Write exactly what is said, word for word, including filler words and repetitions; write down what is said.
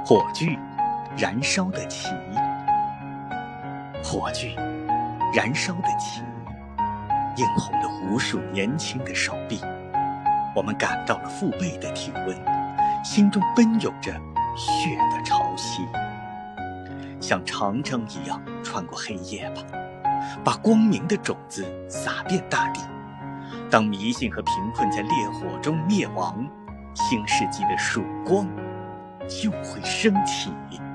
火炬，燃烧的旗。火炬，燃烧的旗，映红了无数年轻的手臂。我们感到了父辈的体温，心中奔涌着血的潮汐。像长征一样穿过黑夜吧，把光明的种子撒遍大地。当迷信和贫困在烈火中灭亡，新世纪的曙光就会升起。